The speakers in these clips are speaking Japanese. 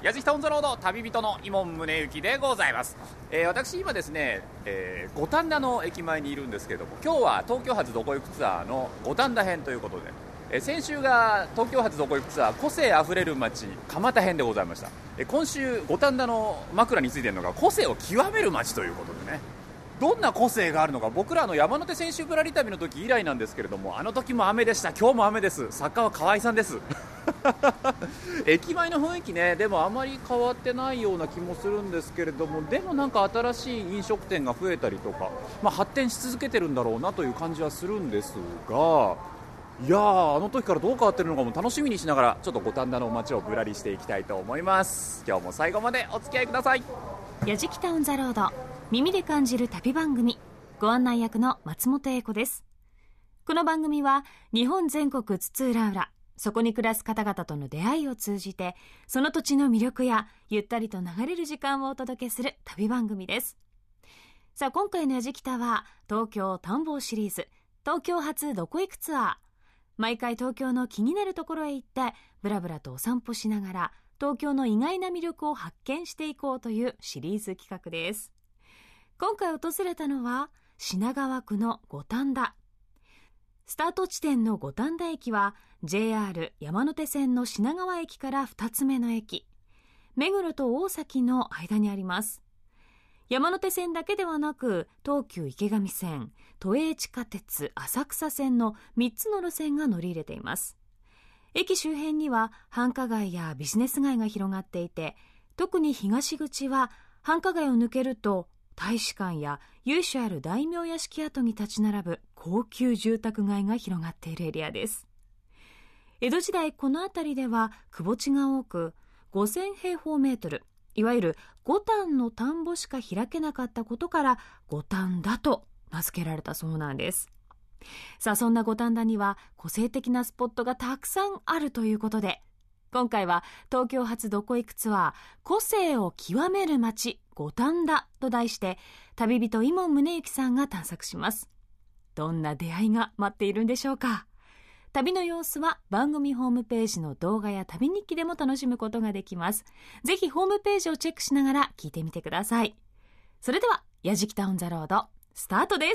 やじきたオンザロード旅人の伊門宗行でございます。私今ですね、五反田の駅前にいるんですけれども、今日は東京発どこ行くツアーの五反田編ということで、先週が東京発どこ行くツアー個性あふれる街蒲田編でございました。今週五反田の枕についているのが個性を極める街ということでね、どんな個性があるのか、僕らの山手線週ぶらり旅の時以来なんですけれども、あの時も雨でした。今日も雨です。作家は河合さんです駅前の雰囲気ね、でもあまり変わってないような気もするんですけれども、でもなんか新しい飲食店が増えたりとか、発展し続けてるんだろうなという感じはするんですが、いやー、あの時からどう変わってるのかも楽しみにしながら、ちょっと五反田の街をぶらりしていきたいと思います。今日も最後までお付き合いください。 やじきたオンザロード、耳で感じる旅番組、ご案内役の松本英子です。この番組は日本全国津々浦々、そこに暮らす方々との出会いを通じて、その土地の魅力やゆったりと流れる時間をお届けする旅番組です。さあ、今回のやじきたは東京探訪シリーズ、東京発どこ行くツアー。毎回東京の気になるところへ行ってブラブラとお散歩しながら東京の意外な魅力を発見していこうというシリーズ企画です。今回訪れたのは品川区の五反田。スタート地点の五反田駅は JR 山手線の品川駅から2つ目の駅、目黒と大崎の間にあります。山手線だけではなく、東急池上線、都営地下鉄、浅草線の3つの路線が乗り入れています。駅周辺には繁華街やビジネス街が広がっていて、特に東口は繁華街を抜けると大使館や由緒ある大名屋敷跡に立ち並ぶ高級住宅街が広がっているエリアです。江戸時代、この辺りでは窪地が多く、5000平方メートル、いわゆる五反の田んぼしか開けなかったことから五反田と名付けられたそうなんです。さあ、そんな五反田には個性的なスポットがたくさんあるということで、今回は東京発どこ行くツアー、個性を極める街五反田と題して、旅人伊門宗行さんが探索します。どんな出会いが待っているんでしょうか。旅の様子は番組ホームページの動画や旅日記でも楽しむことができます。ぜひホームページをチェックしながら聞いてみてください。それではやじきたオンザロードスタートです。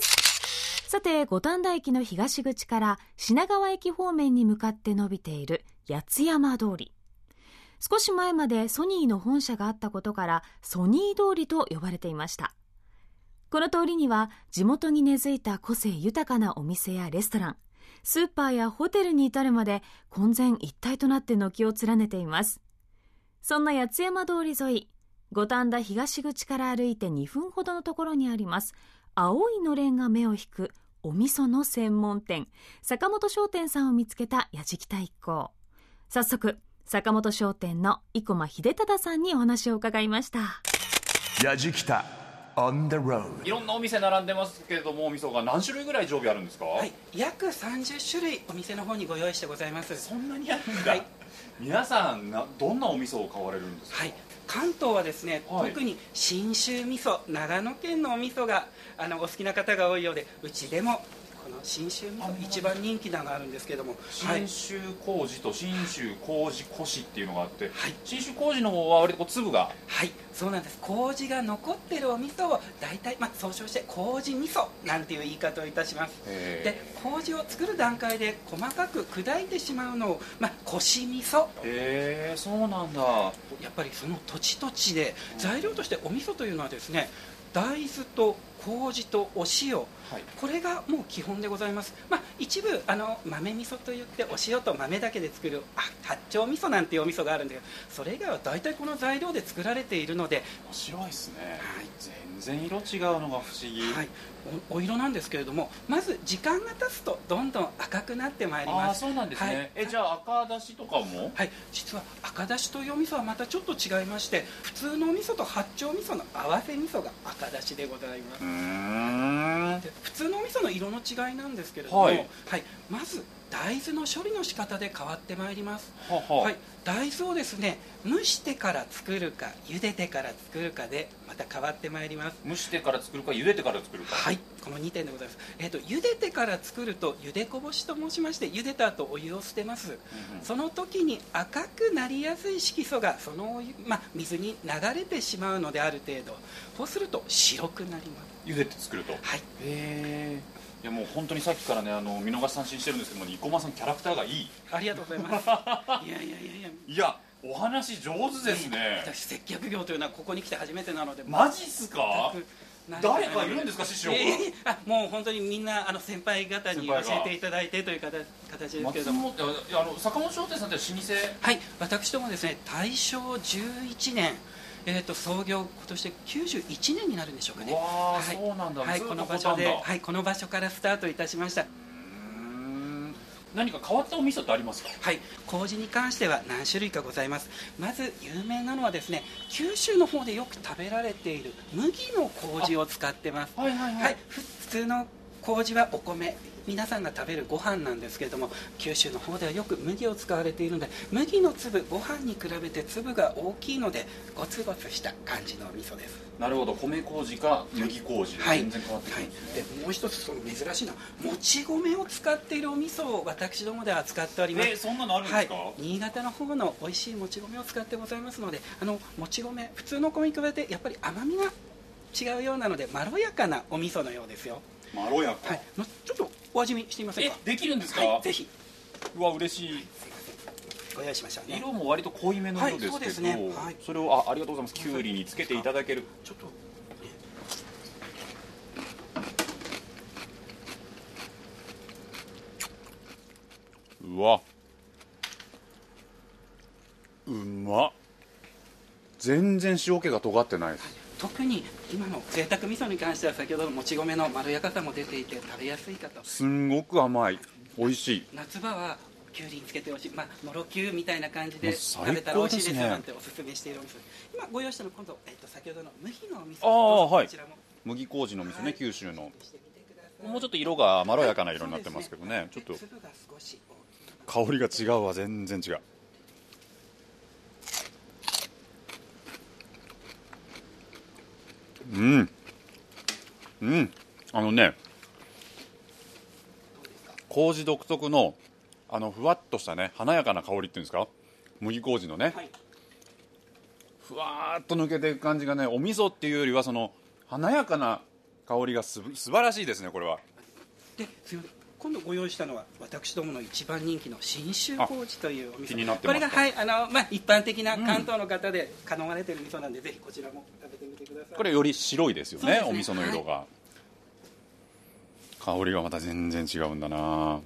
さて、五反田駅の東口から品川駅方面に向かって伸びている八ツ山通り。少し前までソニーの本社があったことからソニー通りと呼ばれていました。この通りには地元に根付いた個性豊かなお店やレストラン、スーパーやホテルに至るまで混然一体となって軒を連ねています。そんな八ツ山通り沿い、五反田東口から歩いて2分ほどのところにあります青いのれんが目を引くお味噌の専門店、坂本商店さんを見つけたやじきた一行。早速坂本商店の生駒秀忠さんにお話を伺いました。 やじきたOn the road。 いろんなお店並んでますけれども、お味噌が何種類ぐらい常備あるんですか？ はい、約30種類お店の方にご用意してございます。 そんなにあるんだ。 はい、 皆さんどんなお味噌を買われるんですか？ はい、関東はですね、 はい、 特に信州味噌、長野県のお味噌がお好きな方が多いようで、うちでもこの信州味噌一番人気なのがあるんですけども、 信州麹と信州麹こしっていうのがあって、 はい、 信州麹の方は割と粒が、 はい、そうなんです。麹が残ってるお味噌を大体、総称して麹味噌なんていう言い方をいたします。で、麹を作る段階で細かく砕いてしまうのを、こし味噌。 そうなんだ。 やっぱりその土地土地で材料としてお味噌というのはですね、大豆と麹とお塩、はい、これがもう基本でございます。一部豆味噌といってお塩と豆だけで作る八丁味噌なんていうお味噌があるんだけど、それ以外は大体この材料で作られているので。 面白いですね、はい、全然色違うのが不思議、 はい、お色なんですけれども、まず時間が経つとどんどん赤くなってまいります。 そうなんですね、はい、じゃあ赤だしとかも？ はい、実は赤だしというお味噌はまたちょっと違いまして、普通のお味噌と八丁味噌の合わせ味噌が赤だしでございます。で、普通のお味噌の色の違いなんですけれども、はい、まず大豆の処理の仕方で変わってまいります。はい、 大豆をですね蒸してから作るか茹でてから作るかでまた変わってまいります。 蒸してから作るか茹でてから作るか。 はい、この2点でございます。茹でてから作ると茹でこぼしと申しまして、茹でた後お湯を捨てます、その時に赤くなりやすい色素がそのお湯、水に流れてしまうので、ある程度そうすると白くなります。 茹でて作ると。 はい。 いやもう本当にさっきからね見逃し三振してるんですけども、生駒さんキャラクターがいい。 ありがとうございますいやお話上手ですね。 私接客業というのはここに来て初めてなので。 マジっすか？誰かいるんですか、師匠が。 もう本当にみんな先輩方に教えていただいてという形ですけれども、 坂本商店さんって老舗。 はい、私どもですね大正11年創業、今年で91年になるんでしょうかね。 わあ、そうなんだ。 はい、この場所で、はい、この場所からスタートいたしました。 何か変わったお味噌ってありますか？ はい、麹に関しては何種類かございます。まず有名なのはですね、九州の方でよく食べられている麦の麹を使ってます。はい、普通の麹はお米、皆さんが食べるご飯なんですけれども、九州の方ではよく麦を使われているので、麦の粒、ご飯に比べて粒が大きいのでゴツゴツした感じのお味噌です。 なるほど、米麹か麦麹で全然変わってくるんですね。 でもう一つ珍しいのはもち米を使っているお味噌を私どもでは扱っております。 そんなのあるんですか？ 新潟の方の美味しいもち米を使ってございますので、もち米、普通の米に比べてやっぱり甘みが違うようなので、まろやかなお味噌のようですよ。 まろやか。 ちょっとお味見してみませんか？ できるんですか？ ぜひ。 うわ、嬉しい。 ご用意しましょうね。 色も割と濃いめの色ですけど、 そうですね。 それをありがとうございます。きゅうりにつけていただける。 ちょっとうわ、うまっ。全然塩気が尖ってないです。 特に今の贅沢味噌に関しては先ほどのもち米のまろやかさも出ていて食べやすいかと。 すんごく甘い、美味しい。 夏場はきゅうりにつけてほしい、もろきゅうみたいな感じで食べたら美味しいですよなんておすすめしているお味噌。今ご用意したの今度、先ほどの麦のお味噌。 はい、麦麹の味噌ね、九州の。もうちょっと色がまろやかな色になってますけどね。ちょっと香りが違うわ、全然違う。麹独特のふわっとしたね、華やかな香りっていうんですか、麦麹のね、ふわーっと抜けていく感じがね、お味噌っていうよりはその華やかな香りが素晴らしいですね、これは。 ですいません、今度ご用意したのは私どもの一番人気の信州麹というお味噌。 気になってこれますか？ が、一般的な関東の方で好まれている味噌なんで、ぜひこちらも食べてみてください。 これより白いですよね、 そうですね、 お味噌の色が、香りがまた全然違うんだな。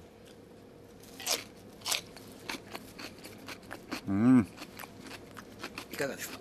いかがですか？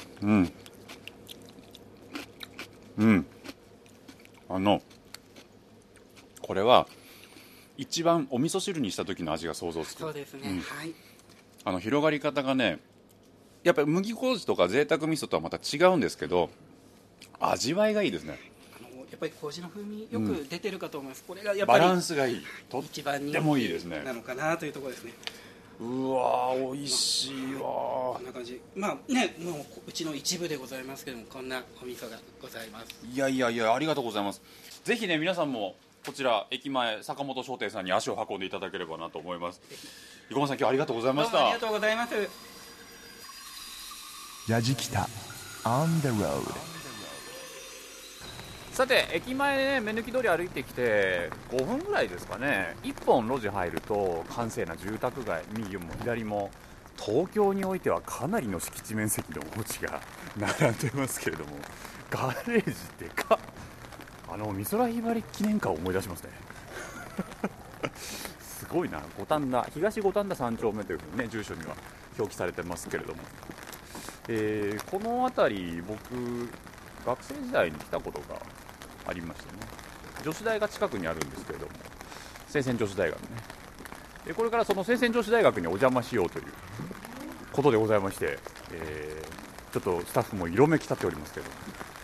これは一番お味噌汁にした時の味が想像つく。 そうですね、 広がり方がね、やっぱり麦麹とか贅沢味噌とはまた違うんですけど、味わいがいいですね。 やっぱり麹の風味よく出てるかと思います、これがやっぱりバランスがいい、と一番人ってもいいですね。 なのかなというところですね。 うわー、美味しいわ。 こんな感じ、もううちの一部でございますけども、こんなお味噌がございます。 いや、ありがとうございます。ぜひね、皆さんもこちら駅前坂本商店さんに足を運んでいただければなと思います。生駒さん、今日はありがとうございました。 どうもありがとうございます。 やじきた On the road。 さて、駅前ね、目抜き通り歩いてきて5分ぐらいですかね、1本路地入ると閑静な住宅街、右も左も東京においてはかなりの敷地面積のお家が並んでますけれども、ガレージでかっ。美空ひばり記念館を思い出しますねすごいな。東五反田3丁目というふうにね、住所には表記されてますけれども、この辺り僕学生時代に来たことがありましてね、女子大が近くにあるんですけれども、清泉女子大学ね。でこれからその清泉女子大学にお邪魔しようということでございまして、ちょっとスタッフも色めき立っておりますけど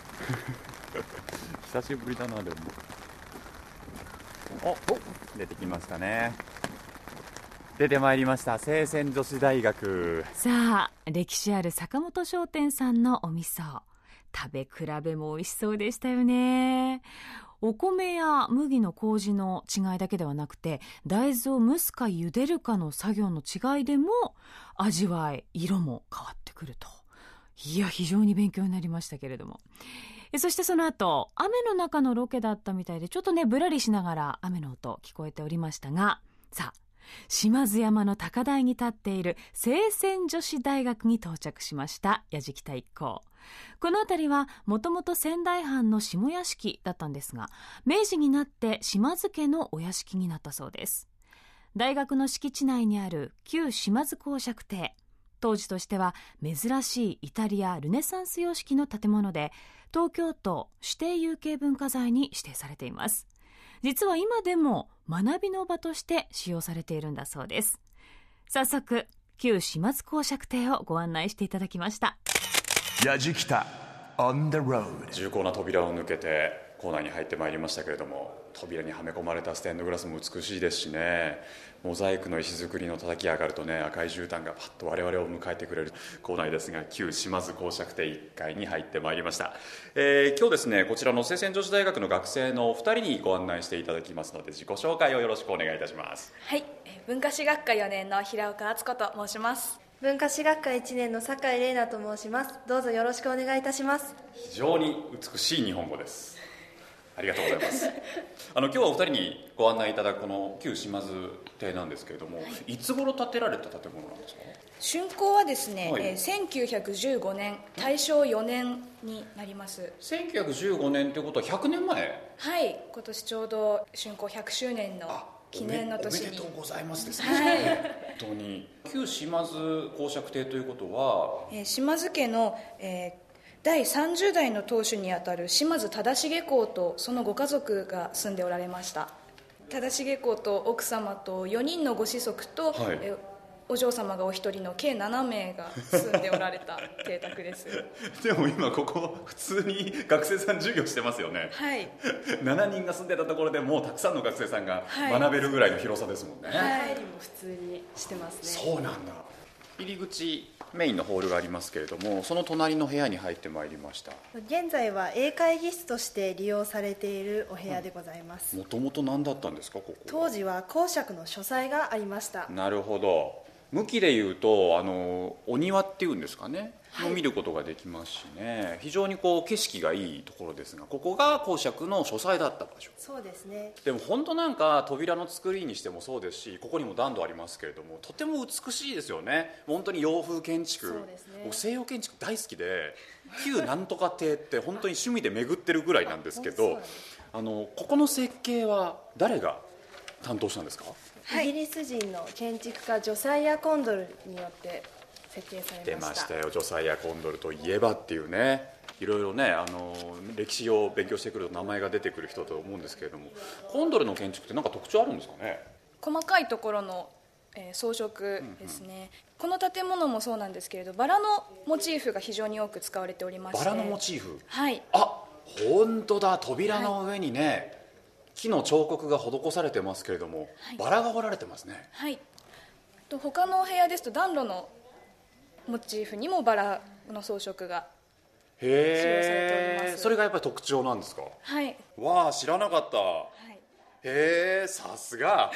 久しぶりだな。でも出てきましたね。 出てまいりました清泉女子大学。 さあ、歴史ある坂本商店さんのお味噌、食べ比べも美味しそうでしたよね。お米や麦の麹の違いだけではなくて、大豆を蒸すか茹でるかの作業の違いでも味わい、色も変わってくると。いや、非常に勉強になりましたけれども。そしてその後、雨の中のロケだったみたいで、ちょっとね、ぶらりしながら雨の音聞こえておりましたが、さあ、島津山の高台に立っている清泉女子大学に到着しました矢敷田一行。この辺りはもともと仙台藩の下屋敷だったんですが、明治になって島津家のお屋敷になったそうです。大学の敷地内にある旧島津公爵邸、当時としては珍しいイタリアルネサンス様式の建物で、東京都指定有形文化財に指定されています。実は今でも学びの場として使用されているんだそうです。早速、旧島津公爵邸をご案内していただきました。 矢敷田 on the road。 重厚な扉を抜けて校内に入ってまいりましたけれども、扉にはめ込まれたステンドグラスも美しいですしね、モザイクの石造りの叩き上がるとね、赤い絨毯がパッと我々を迎えてくれる校内ですが、旧島津公爵邸1階に入ってまいりました。今日ですね、こちらの清泉女子大学の学生のお二人にご案内していただきますので、自己紹介をよろしくお願いいたします。 はい、文化史学科4年の平岡敦子と申します。 文化史学科1年の酒井玲奈と申します。どうぞよろしくお願いいたします。 非常に美しい日本語です。ありがとうございます今日はお二人にご案内いただくこの旧島津邸なんですけれども、はい、いつ頃建てられた建物なんですか？ 竣工はですね、 はい、 1915年大正4年になります。 1915年ということは100年前？ はい、今年ちょうど竣工100周年の記念の年に。 おめでとうございますですね、 はい、 本当に。旧島津公爵邸ということは、 島津家の、第30代の当主にあたる島津忠重公とそのご家族が住んでおられました。忠重公と奥様と4人のご子息と、はい、お嬢様がお一人の計7名が住んでおられた邸宅ですでも今ここ普通に学生さん授業してますよね。 はい、 7人が住んでたところでもうたくさんの学生さんが学べるぐらいの広さですもんね。 はい、はい、も普通にしてますね。 そうなんだ。入り口、メインのホールがありますけれども、その隣の部屋に入ってまいりました。 現在は英会議室として利用されているお部屋でございます。 もともと何だったんですか、ここ？ 当時は公爵の書斎がありました。 なるほど。向きでいうとお庭っていうんですかね、はい、見ることができますしね、非常に景色がいいところですが、ここが公爵の書斎だった場所。 そうですね。 でも本当なんか扉の作りにしてもそうですし、ここにも暖炉ありますけれども、とても美しいですよね。本当に洋風建築。 そうですね。 西洋建築大好きで、旧なんとか邸って本当に趣味で巡ってるぐらいなんですけどここの設計は誰が担当したんですか？ イギリス人の建築家ジョサイア・コンドルによって設計されました。 出ましたよ、ジョサイア・コンドルといえばっていうね、いろいろね歴史を勉強してくると名前が出てくる人と思うんですけれども、コンドルの建築って何か特徴あるんですかね？ 細かいところの、装飾ですね、この建物もそうなんですけれど、バラのモチーフが非常に多く使われておりまして。 バラのモチーフ？ はい。 あ、本当だ、扉の上にね、はい、木の彫刻が施されてますけれども、はい、バラが彫られてますね。 はい。他のお部屋ですと暖炉のモチーフにもバラの装飾が使用されております。 それがやっぱり特徴なんですか？ はい。 わあ、知らなかった。はい、へえ、さすが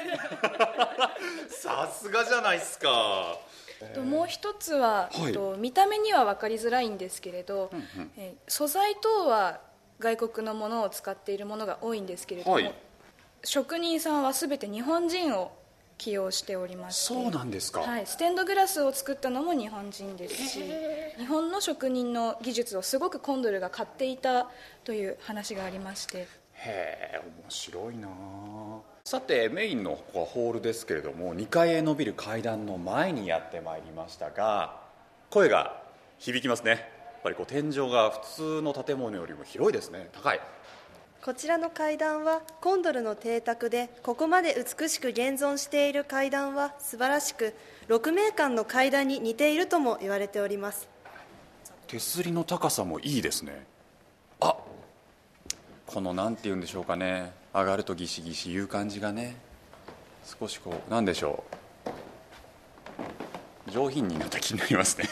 さすがじゃないですか。 もう一つは、はい、見た目には分かりづらいんですけれど、素材等は外国のものを使っているものが多いんですけれども、はい、職人さんは全て日本人を起用しておりまして。 そうなんですか？ はい、ステンドグラスを作ったのも日本人ですし、日本の職人の技術をすごくコンドルが買っていたという話がありまして。 へえ、面白いな。さて、メインのここはホールですけれども、2階へ伸びる階段の前にやってまいりましたが、声が響きますね。やっぱり天井が普通の建物よりも広いですね。高い。 こちらの階段はコンドルの邸宅で、ここまで美しく現存している階段は素晴らしく、鹿鳴館の階段に似ているとも言われております。 手すりの高さもいいですね。あ、このなんて言うんでしょうかね、上がるとギシギシいう感じがね、少しなんでしょう、 上品になった気になりますね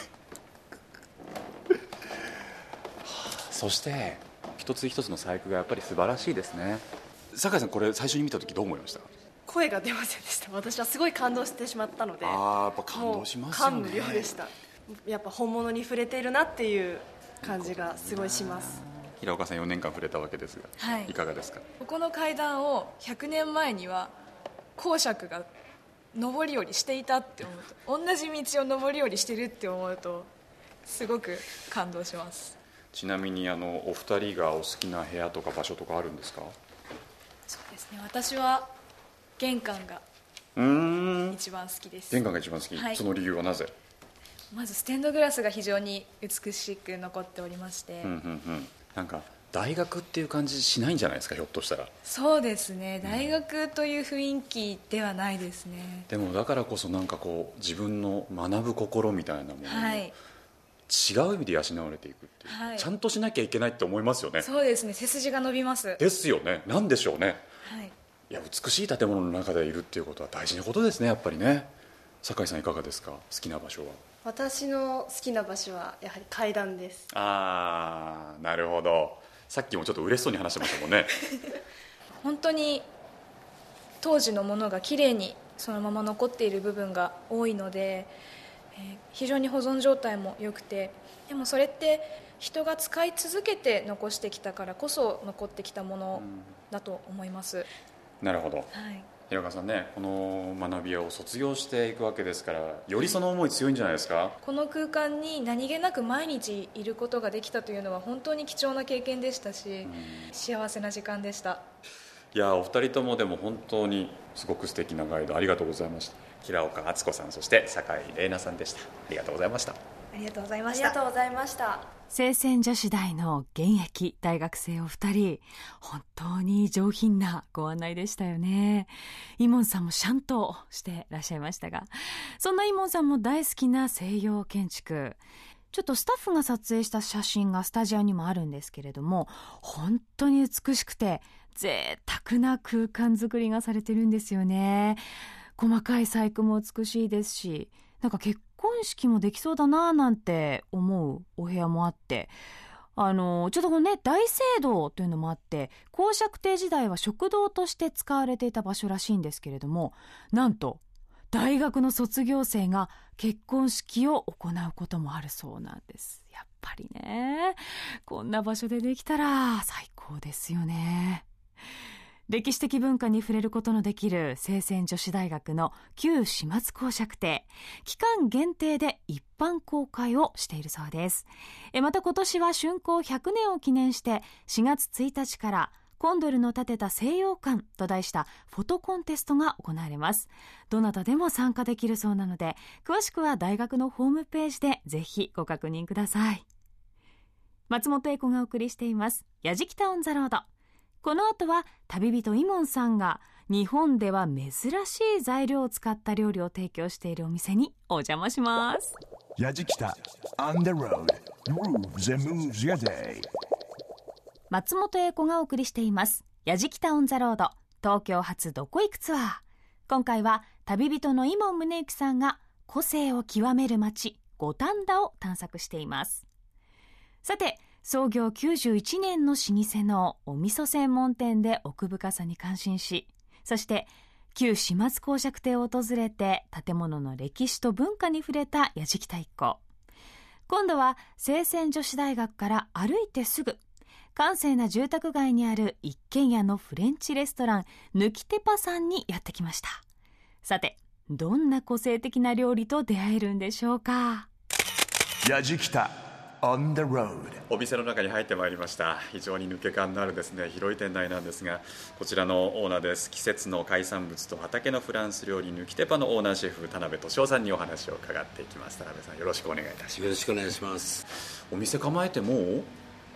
そして一つ一つの細工がやっぱり素晴らしいですね。酒井さん、これ最初に見た時どう思いました？ 声が出ませんでした。私はすごい感動してしまったので、 やっぱ感動しますよね。 感無量でした。やっぱ本物に触れているなっていう感じがすごいします。 平岡さん4年間触れたわけですが、 はい、 いかがですか？ ここの階段を100年前には公爵が上り下りしていたって思うと、同じ道を上り下りしてるって思うとすごく感動します。 ちなみにお二人がお好きな部屋とか場所とかあるんですか？ そうですね、私は玄関が一番好きです。 玄関が一番好き、はい、その理由はなぜ？ まずステンドグラスが非常に美しく残っておりまして、 なんか大学っていう感じしないんじゃないですか、ひょっとしたら。そうですね、 大学という雰囲気ではないですね。 でもだからこそなんかこう自分の学ぶ心みたいなものを、はい、違う意味で養われていくっていう、はい、ちゃんとしなきゃいけないって思いますよね。 そうですね、背筋が伸びますですよね。なんでしょうね、 はい、 いや美しい建物の中でいるっていうことは大事なことですね、やっぱりね。酒井さんいかがですか？好きな場所は？ 私の好きな場所はやはり階段です。 なるほど。さっきもちょっと嬉しそうに話してましたもんね本当に当時のものがきれいにそのまま残っている部分が多いので、非常に保存状態も良くて、でもそれって人が使い続けて残してきたからこそ残ってきたものだと思います。 なるほど、 はい、 平川さんね、この学び屋を卒業していくわけですから、よりその思い強いんじゃないですか？ この空間に何気なく毎日いることができたというのは本当に貴重な経験でしたし、幸せな時間でした。 いや、お二人ともでも本当にすごく素敵なガイドありがとうございました。平岡敦子さん、そして酒井玲奈さんでした。ありがとうございました。 ありがとうございました。 ありがとうございました。 清泉女子大の現役大学生お二人、本当に上品なご案内でしたよね。イモンさんもシャンとしてらっしゃいましたが、そんなイモンさんも大好きな西洋建築、ちょっとスタッフが撮影した写真がスタジオにもあるんですけれども、本当に美しくて贅沢な空間作りがされてるんですよね。細かい細工も美しいですし、なんか結婚式もできそうだななんて思うお部屋もあって、ちょっとね、大聖堂というのもあって、公爵邸時代は食堂として使われていた場所らしいんですけれども、なんと大学の卒業生が結婚式を行うこともあるそうなんです。やっぱりね、こんな場所でできたら最高ですよね。歴史的文化に触れることのできる清泉女子大学の旧始末公爵邸、期間限定で一般公開をしているそうです。また今年は竣工100年を記念して4月1日からコンドルの建てた西洋館と題したフォトコンテストが行われます。どなたでも参加できるそうなので、詳しくは大学のホームページでぜひご確認ください。松本英子がお送りしていますやじきたオンザロード。この後は旅人イモンさんが日本では珍しい材料を使った料理を提供しているお店にお邪魔します。 やじきた On the road Grooves and moves your day。 松本英子がお送りしていますやじきたオンザロード、東京発どこ行くツアー。今回は旅人のイモン宗行さんが個性を極める街五反田を探索しています。さて、創業91年の老舗のお味噌専門店で奥深さに感心し、そして旧始末公爵邸を訪れて建物の歴史と文化に触れたやじきた一行。今度は清泉女子大学から歩いてすぐ、閑静な住宅街にある一軒家のフレンチレストランぬきてぱさんにやってきました。さて、どんな個性的な料理と出会えるんでしょうか。 やじきたOn the road。 お店の中に入ってまいりました。非常に抜け感のあるですね、広い店内なんですが、こちらのオーナーです。季節の海産物と畑のフランス料理ぬきてぱのオーナーシェフ田辺俊夫さんにお話を伺っていきます。田辺さん、よろしくお願いいたします。 よろしくお願いします。 お店構えてもう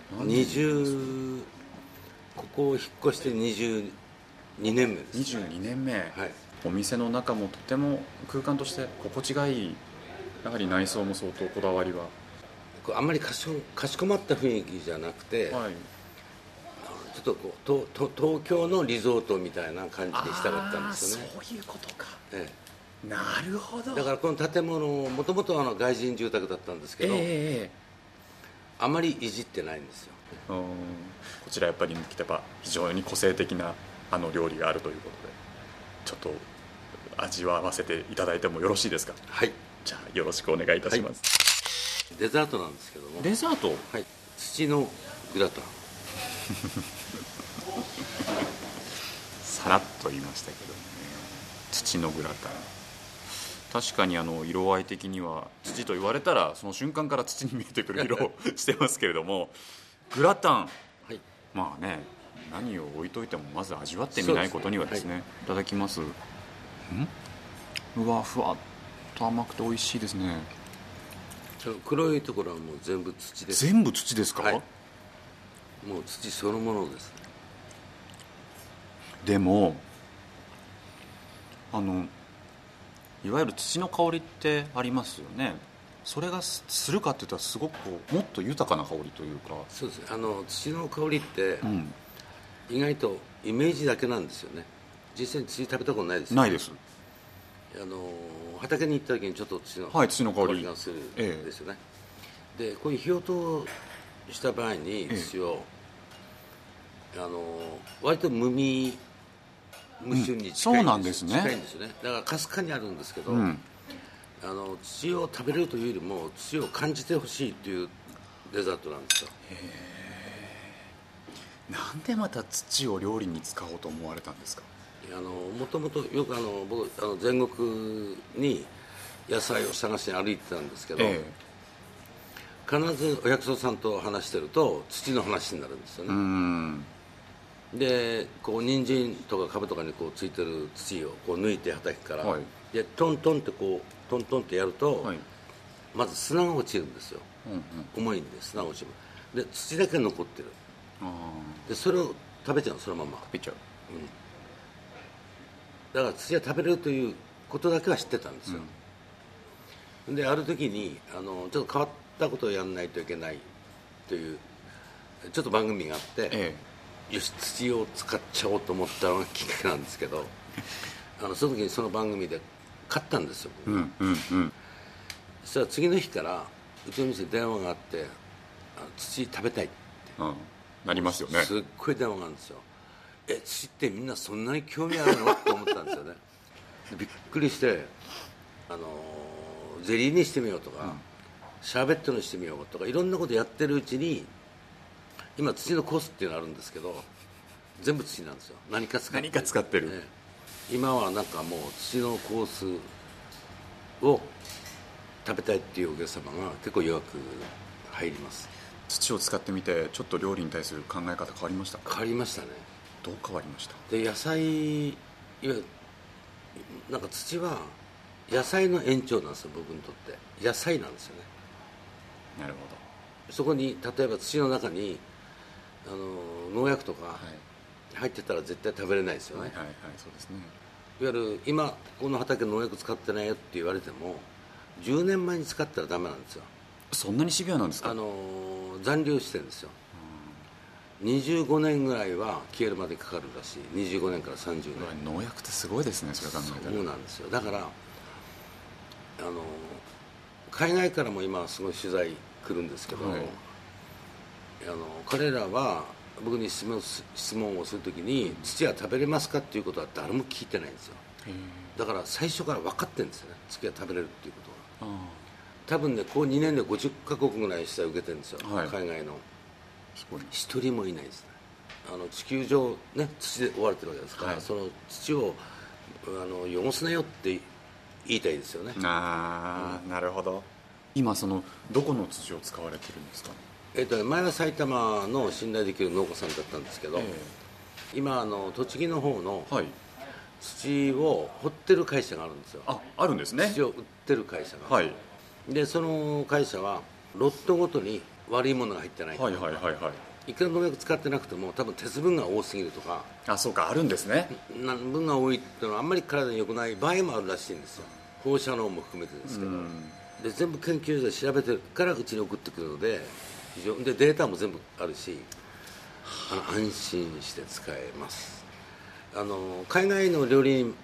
ここを引っ越して22年目です。 22年目、 はい。 お店の中もとても空間として心地がいい。やはり内装も相当こだわりは？ あんまりかしこまった雰囲気じゃなくて、はい、ちょっと東京のリゾートみたいな感じでしたかったんですよね。 そういうことか。 なるほど。 だからこの建物もともと外人住宅だったんですけど、あまりいじってないんですよ。 こちらやっぱり非常に個性的な料理があるということで、ちょっと味わわせていただいてもよろしいですか？ はい。 じゃあよろしくお願いいたします。 はい、デザートなんですけども。 デザート？ はい。土のグラタン。 さらっと言いましたけどね。土のグラタン。確かに色合い的には土と言われたらその瞬間から土に見えてくる色をしてますけれども、グラタン、はい、まあね、何を置いといてもまず味わってみないことにはですね。はい、いただきます。うわ、ふわっと甘くて美味しいですね。 黒いところはもう全部土です。 全部土ですか？はい、 もう土そのものです。 でもいわゆる土の香りってありますよね。それがするかっていったらすごくもっと豊かな香りというか。 そうです。土の香りって、意外とイメージだけなんですよね。実際に土食べたことないですよね。 ないです。 畑に行った時にちょっと土の香りがするんですよね。でこういう火を通した場合に土を、割と無味無臭に近いんですよね。だからかすかにあるんですけど、土を食べれるというよりも土を感じてほしいというデザートなんですよ。 なんでまた土を料理に使おうと思われたんですか？ もともとよく僕全国に野菜を探しに歩いてたんですけど、必ずお役所さんと話してると土の話になるんですよね。でこう人参とかカブとかにこうついてる土をこう抜いて畑から、でトントンってこうトントンってやると、まず砂が落ちるんですよ。重いんで砂が落ちる。で土だけ残ってる。でそれを食べちゃう、そのまま食べちゃう。 だから土は食べれるということだけは知ってたんですよ。である時にちょっと変わったことをやらないといけないというちょっと番組があって、よし土を使っちゃおうと思ったのがきっかけなんですけどその時にその番組で買ったんですよ。そしたら次の日からうちの店に電話があって土食べたいって、 なりますよね。 すっごい電話があるんですよ。土ってみんなそんなに興味あるのって思ったんですよね。びっくりしてゼリーにしてみようとか、シャーベットにしてみようとかいろんなことやってるうちに今土のコースっていうのがあるんですけど全部土なんですよ。何か使ってる、今はなんかもう土のコースを食べたいっていうお客様が結構予約入ります。 土を使ってみてちょっと料理に対する考え方変わりました？ 変わりましたね。 どう変わりました？ で野菜いわゆるなんか土は野菜の延長なんですよ。僕にとって野菜なんですよね。 なるほど。そこに例えば土の中に農薬とか入ってたら絶対食べれないですよね。 そうですね。 いわゆる今この畑農薬使ってないよって言われても10年前に使ったらダメなんですよ。 そんなにシビアなんですか？ 残留してるんですよ。25年ぐらいは消えるまでかかるらしい。25年から30年。 農薬ってすごいですね。それ考えたら。 そうなんですよ。だから海外からも今すごい取材来るんですけど、彼らは僕に質問をするときに土は食べれますかっていうことは誰も聞いてないんですよ。だから最初から分かってるんですよね。土は食べれるっていうことは。多分ねこう2年で50カ国ぐらい取材を受けてるんですよ、海外の。一人もいないですね。地球上ね土で覆われてるわけですから、その土を汚すなよって言いたいですよね。 なるほど。今どこの土を使われてるんですか？ 前は埼玉の信頼できる農家さんだったんですけど、今栃木の方の土を掘ってる会社があるんですよ。 あるんですね。 土を売ってる会社が、でその会社はロットごとに悪いものが入ってないとか、いくら農薬使ってなくても多分鉄分が多すぎるとか。 そうか、あるんですね。 分が多いっていうのはあんまり体に良くない場合もあるらしいんですよ。放射能も含めてですけど、で全部研究所で調べてるからうちに送ってくるので非常でデータも全部あるし安心して使えます。海外の料理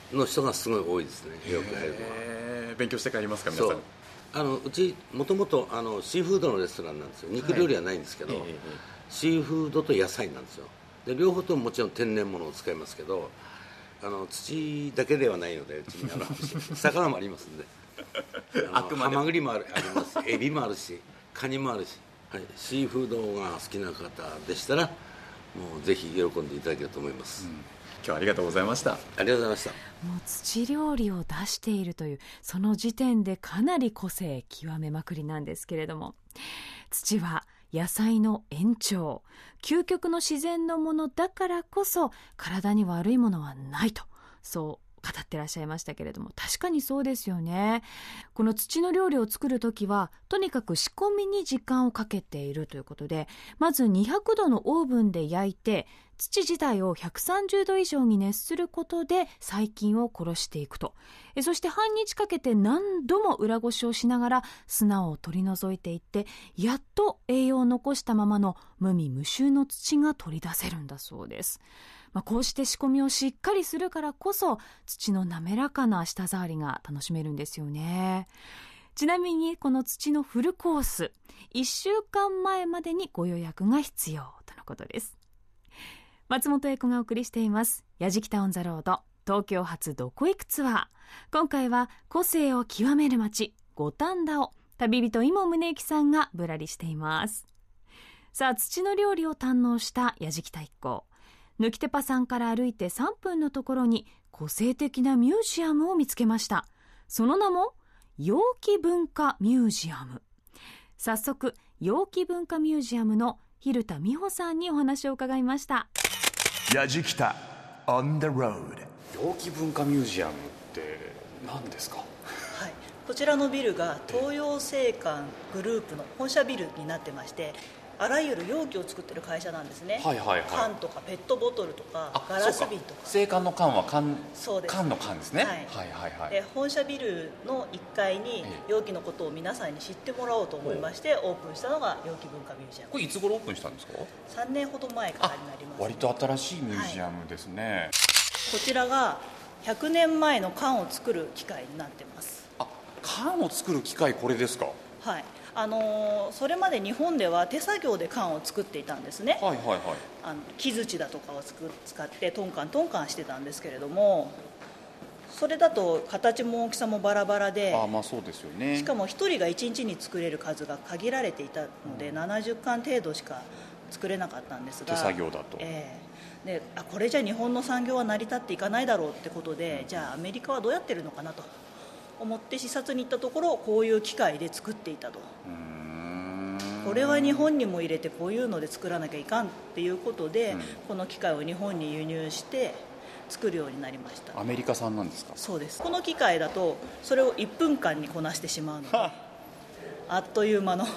の人がすごい多いですね、よく入るのは。 勉強して帰りますか皆さん。 うちもともとシーフードのレストランなんですよ。肉料理はないんですけど、シーフードと野菜なんですよ。で両方とももちろん天然物を使いますけど、土だけではないので、うちに魚もありますんでハマグリもあります、エビもあるし、カニもあるし、はい、シーフードが好きな方でしたらもうぜひ喜んでいただけると思います、 今日はありがとうございました。 ありがとうございました。 もう土料理を出しているというその時点でかなり個性極めまくりなんですけれども、土は野菜の延長、究極の自然のものだからこそ体に悪いものはないと、そう語ってらっしゃいましたけれども、確かにそうですよね。この土の料理を作るときはとにかく仕込みに時間をかけているということで、まず200度のオーブンで焼いて土自体を130度以上に熱することで細菌を殺していくと。そして半日かけて何度も裏ごしをしながら砂を取り除いていって、やっと栄養を残したままの無味無臭の土が取り出せるんだそうです。こうして仕込みをしっかりするからこそ土の滑らかな舌触りが楽しめるんですよね。ちなみにこの土のフルコース、1週間前までにご予約が必要とのことです。松本英子がお送りしていますやじきたオンザロード、東京発どこ行くツアー。今回は個性を極める街五反田を旅人伊茂宗行さんがぶらりしています。さあ、土の料理を堪能したやじきた一行、ぬきてぱさんから歩いて3分のところに個性的なミュージアムを見つけました。その名も陽気文化ミュージアム。早速陽気文化ミュージアムの蛭田美穂さんにお話を伺いました。 やじきた on the road。 陽気文化ミュージアムって何ですか？ はい、こちらのビルが東洋青館グループの本社ビルになってまして、あらゆる容器を作ってる会社なんですね。缶とかペットボトルとかガラス瓶とか。 青館の缶は缶の缶ですね。 で本社ビルの1階に容器のことを皆さんに知ってもらおうと思いましてオープンしたのが陽気文化ミュージアム。 これいつ頃オープンしたんですか ？3年ほど前からになります。 割と新しいミュージアムですね。 こちらが100年前の缶を作る機械になってます。 缶を作る機械、これですか？ はい、それまで日本では手作業で缶を作っていたんですね。木槌だとかを使ってトンカンしてたんですけれども、それだと形も大きさもバラバラで、 そうですよね。 しかも1人が1日に作れる数が限られていたので、70缶程度しか作れなかったんですが、 手作業だと、 でこれじゃ日本の産業は成り立っていかないだろうってことで、じゃあアメリカはどうやってるのかなと思って視察に行ったところ、こういう機械で作っていたと。これは日本にも入れてこういうので作らなきゃいかんっていうことで、この機械を日本に輸入して作るようになりました。 アメリカ産なんですか？ そうです。この機械だとそれを1分間にこなしてしまうのであっという間の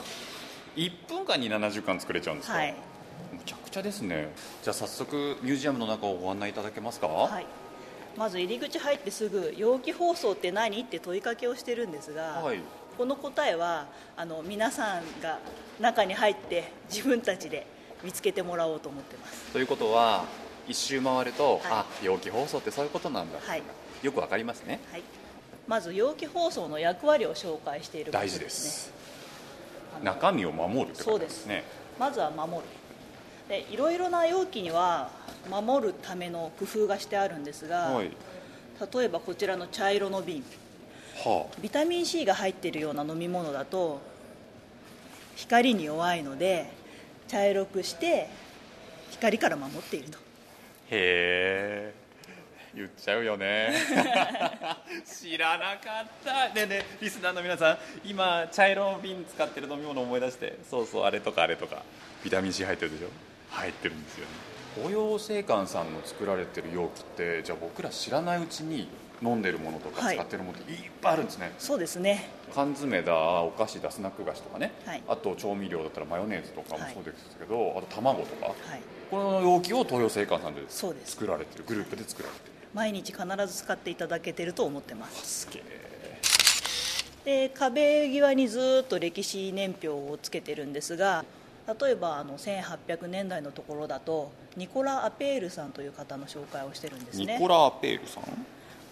1分間に70缶作れちゃうんですか？むちゃくちゃですね。じゃあ早速ミュージアムの中をご案内いただけますか？ はい、まず入り口入ってすぐ陽気包装って何って問いかけをしてるんですが、この答えは皆さんが中に入って自分たちで見つけてもらおうと思ってます。 ということは一周回ると、陽気包装ってそういうことなんだ、よくわかりますね。 まず陽気包装の役割を紹介していることですね。 大事です。中身を守るってことですね。 まずは守る。でいろいろな容器には守るための工夫がしてあるんですが、例えばこちらの茶色の瓶、ビタミン C が入っているような飲み物だと光に弱いので茶色くして光から守っていると。 へー、言っちゃうよね知らなかった。ねえねえリスナーの皆さん、今茶色瓶使ってる飲み物を思い出して、そうあれとかあれとかビタミン C 入ってるでしょ。入ってるんですよね。東洋青館さんの作られてる容器って、じゃあ僕ら知らないうちに飲んでるものとか使ってるものっていっぱいあるんですね。 そうですね。 缶詰だ、お菓子だ、スナック菓子とかね、あと調味料だったらマヨネーズとかもそうですけど、あと卵とか、この容器を東洋青館さんで作られてる、グループで作られてる。 毎日必ず使っていただけてると思ってます。 すげで壁際にずっと歴史年表をつけてるんですが、例えば1800年代のところだとニコラ・アペールさんという方の紹介をしてるんですね。 ニコラ・アペールさん、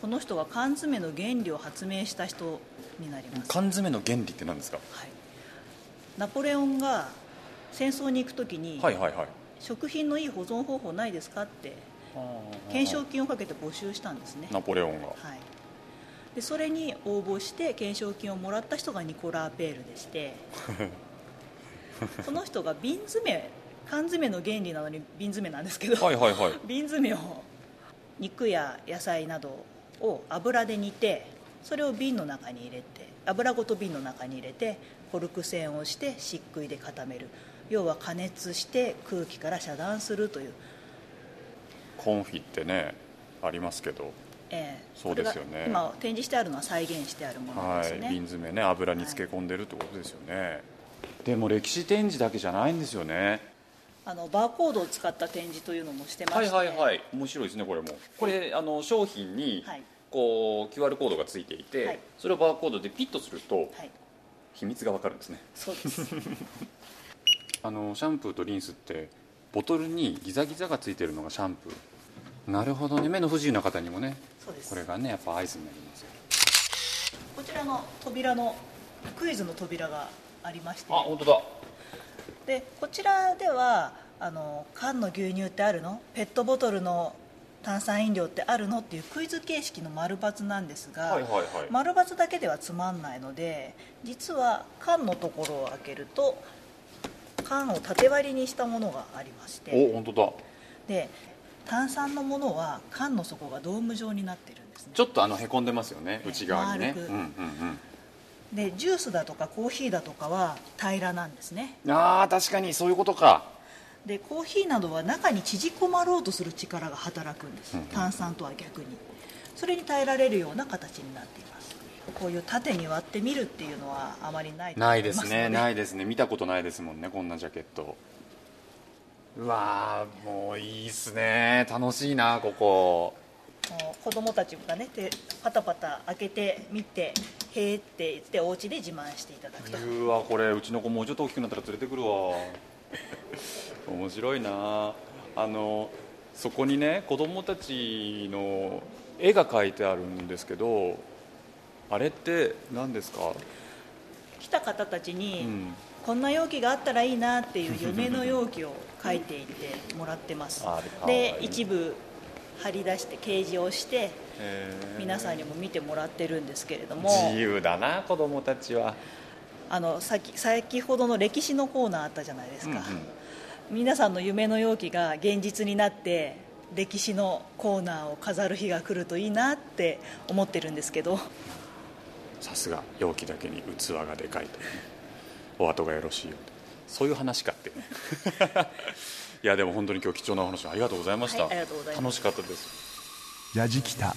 この人が缶詰の原理を発明した人になります。 缶詰の原理って何ですか？ はい、ナポレオンが戦争に行くときに、 はいはいはい、 食品のいい保存方法ないですかって懸賞金をかけて募集したんですね。 ナポレオンが、 はい、でそれに応募して懸賞金をもらった人がニコラー・ペールでしてこの人が瓶詰、缶詰の原理なのに瓶詰なんですけど、 はいはいはい、 瓶詰を肉や野菜などを油で煮て、それを瓶の中に入れて、油ごと瓶の中に入れてコルク栓をして漆喰で固める、要は加熱して空気から遮断するという。 コンフィってねありますけど、そうですよね。 今展示してあるのは再現してあるものですね。 はい、瓶詰ね、油に漬け込んでるってことですよね、はい、でも歴史展示だけじゃないんですよね。 バーコードを使った展示というのもしてまして、 はいはいはい、面白いですね。これもこれ商品にこう QR コードがついていて、はい、それをバーコードでピッとすると、はい、秘密がわかるんですね。 そうですシャンプーとリンスってボトルにギザギザがついてるのがシャンプー。なるほどね。目の不自由な方にもね、 そうです。 これがねやっぱアイスになりますよ。 こちらの扉のクイズの扉がありまして、 あ、本当だ。 でこちらでは缶の牛乳ってあるの、ペットボトルの炭酸飲料ってあるのっていうクイズ形式の丸×なんですが、 はいはいはい、 丸×だけではつまんないので、実は缶のところを開けると缶を縦割りにしたものがありまして、 お、本当だ。 で炭酸のものは缶の底がドーム状になってるんですね。 ちょっとへこんでますよね、内側にね。 丸く、でジュースだとかコーヒーだとかは平らなんですね。 あ、確かにそういうことか。 でコーヒーなどは中に縮こまろうとする力が働くんです、炭酸とは逆に。それに耐えられるような形になっています。こういう縦に割ってみるっていうのはあまりないと思いますので。 ないですね、ないですね。見たことないですもんね、こんなジャケット。うわー、もういいっすね。楽しいな、ここ。 子供たちがねパタパタ開けてみて、へーって言ってお家で自慢していただくと。 うわ、これうちの子もうちょっと大きくなったら連れてくるわ面白いな。そこにね子供たちの絵が描いてあるんですけど、あれって何ですか？ 来た方たちに、こんな容器があったらいいなっていう夢の容器を書いていってもらってますで一部貼り出して掲示をして皆さんにも見てもらってるんですけれども、 自由だな子供たちは。 先ほどの歴史のコーナーあったじゃないですか、皆さんの夢の容器が現実になって歴史のコーナーを飾る日が来るといいなって思ってるんですけど、 さすが容器だけに器がでかいと、ね、お後がよろしいよと、そういう話かってねいやでも本当に今日貴重なお話ありがとうございました、 はい、ありがとうございます。 楽しかったです。 やじきた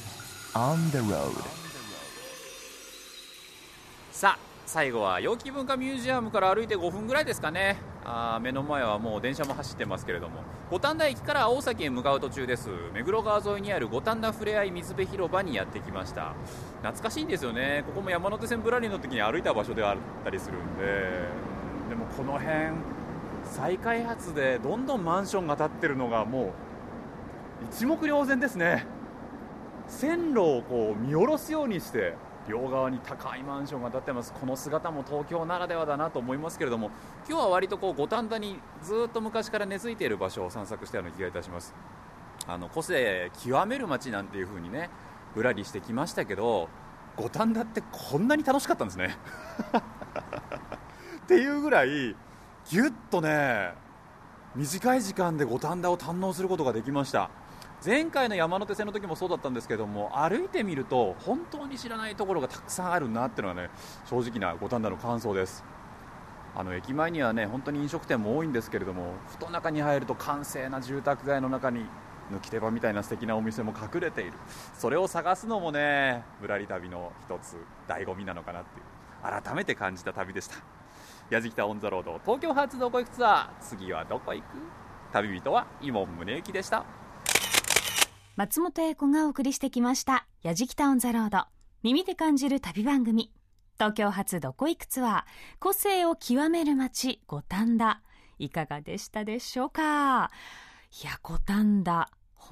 On the road。 さあ最後は陽気文化ミュージアムから歩いて5分ぐらいですかね。目の前はもう電車も走ってますけれども、五反田駅から大崎へ向かう途中です。目黒川沿いにある五反田ふれあい水辺広場にやってきました。懐かしいんですよね。ここも山手線ぶらりの時に歩いた場所であったりするんで、でもこの辺再開発でどんどんマンションが建ってるのがもう一目瞭然ですね。線路をこう見下ろすようにして両側に高いマンションが建ってます。この姿も東京ならではだなと思いますけれども、今日は割とこう五反田にずっと昔から根付いている場所を散策したような気がいたします。個性極める街なんていう風にねぶらりしてきましたけど、五反田ってこんなに楽しかったんですねっていうぐらいギュッとね短い時間で五反田を堪能することができました。前回の山手線の時もそうだったんですけども、歩いてみると本当に知らないところがたくさんあるなっていうのがね正直な五反田の感想です。駅前にはね本当に飲食店も多いんですけれども、ふと中に入ると閑静な住宅街の中に抜き手場みたいな素敵なお店も隠れている。それを探すのもねぶらり旅の一つ醍醐味なのかなっていう改めて感じた旅でした。やじきたオンザロード東京発どこ行くツアー、次はどこ行く？旅人は伊門宗行でした。 松本英子がお送りしてきましたやじきたオンザロード、耳で感じる旅番組。東京発どこ行くツアー、個性を極める街五反田、いかがでしたでしょうか。いや五反田本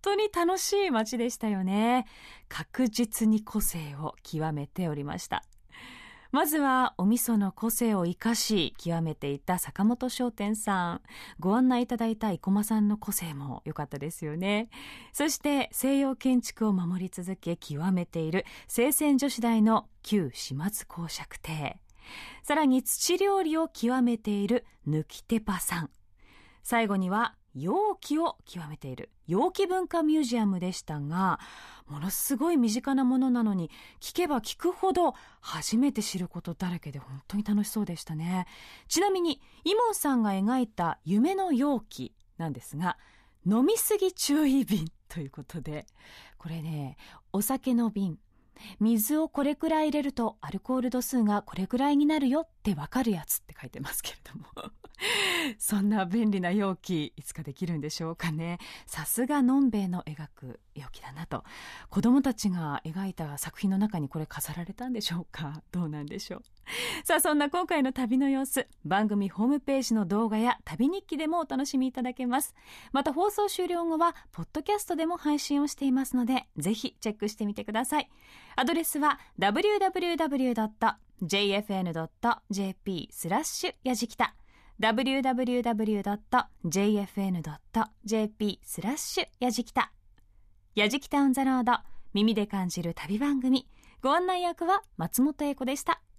当に楽しい街でしたよね。確実に個性を極めておりました。まずはお味噌の個性を生かし極めていた坂本商店さん、ご案内いただいた生駒さんの個性も良かったですよね。そして西洋建築を守り続け極めている清泉女子大の旧島津公爵邸、さらに土料理を極めているぬきてぱさん、最後には容器を極めている容器文化ミュージアムでしたが、ものすごい身近なものなのに聞けば聞くほど初めて知ることだらけで本当に楽しそうでしたね。ちなみにイモンさんが描いた夢の容器なんですが、飲みすぎ注意瓶ということで、これね、お酒の瓶、水をこれくらい入れるとアルコール度数がこれくらいになるよってわかるやつって書いてますけれどもそんな便利な容器いつかできるんでしょうかね。さすがのんべえの描く容器だなと。子供たちが描いた作品の中にこれ飾られたんでしょうか。どうなんでしょう。さあ、そんな今回の旅の様子、番組ホームページの動画や旅日記でもお楽しみいただけます。また放送終了後はポッドキャストでも配信をしていますので、ぜひチェックしてみてください。アドレスは www.jfn.jp やじきたwww.jfn.jp やじきた。やじきたオンザロード、耳で感じる旅番組。ご案内役は松本英子でした。